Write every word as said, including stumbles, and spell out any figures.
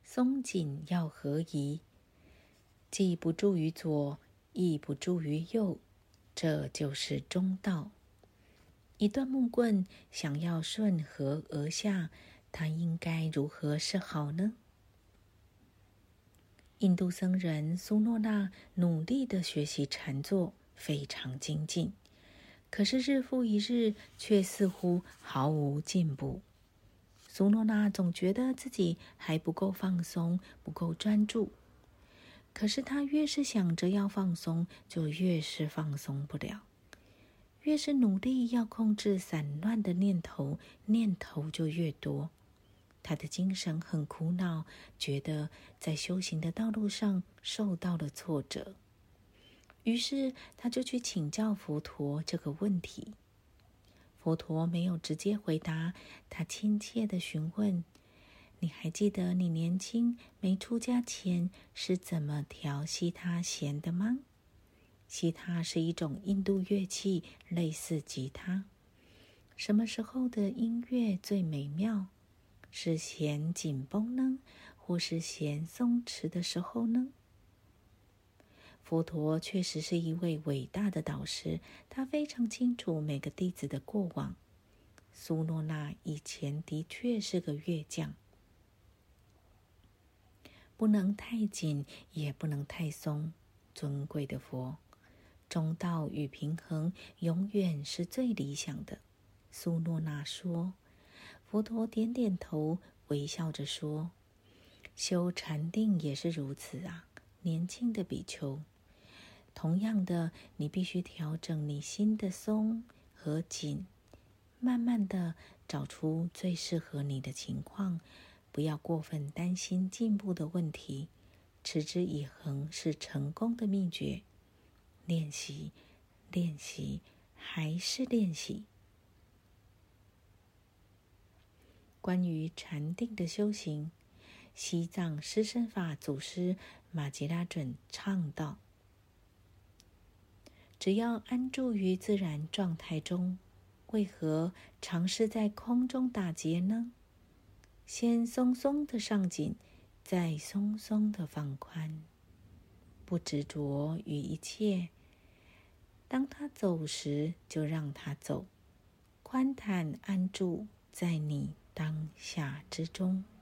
松紧要合宜，既不助于左，亦不助于右，这就是中道。一段木棍想要顺合而下，它应该如何是好呢？印度僧人苏诺那努力地学习禅坐，非常精进，可是日复一日，却似乎毫无进步。苏诺那总觉得自己还不够放松，不够专注。可是他越是想着要放松，就越是放松不了。越是努力要控制散乱的念头，念头就越多。他的精神很苦恼，觉得在修行的道路上受到了挫折。于是他就去请教佛陀这个问题。佛陀没有直接回答，他亲切地询问：你还记得你年轻没出家前是怎么调西他弦的吗？西他是一种印度乐器，类似吉他。什么时候的音乐最美妙？是弦紧绷呢，或是弦松弛的时候呢？佛陀确实是一位伟大的导师，他非常清楚每个弟子的过往。苏诺那以前的确是个乐匠，不能太紧，也不能太松。尊贵的佛，中道与平衡永远是最理想的。苏诺那说。佛陀点点头，微笑着说：修禅定也是如此啊，年轻的比丘。同样的，你必须调整你心的松和紧，慢慢的找出最适合你的情况，不要过分担心进步的问题。持之以恒是成功的秘诀。练习，练习，还是练习。关于禅定的修行，西藏施身法祖师玛吉拉准倡导：只要安住于自然状态中，为何尝试在空中打结呢？先松松的上紧，再松松的放宽，不执着于一切。当它走时，就让它走，宽坦安住在你当下之中。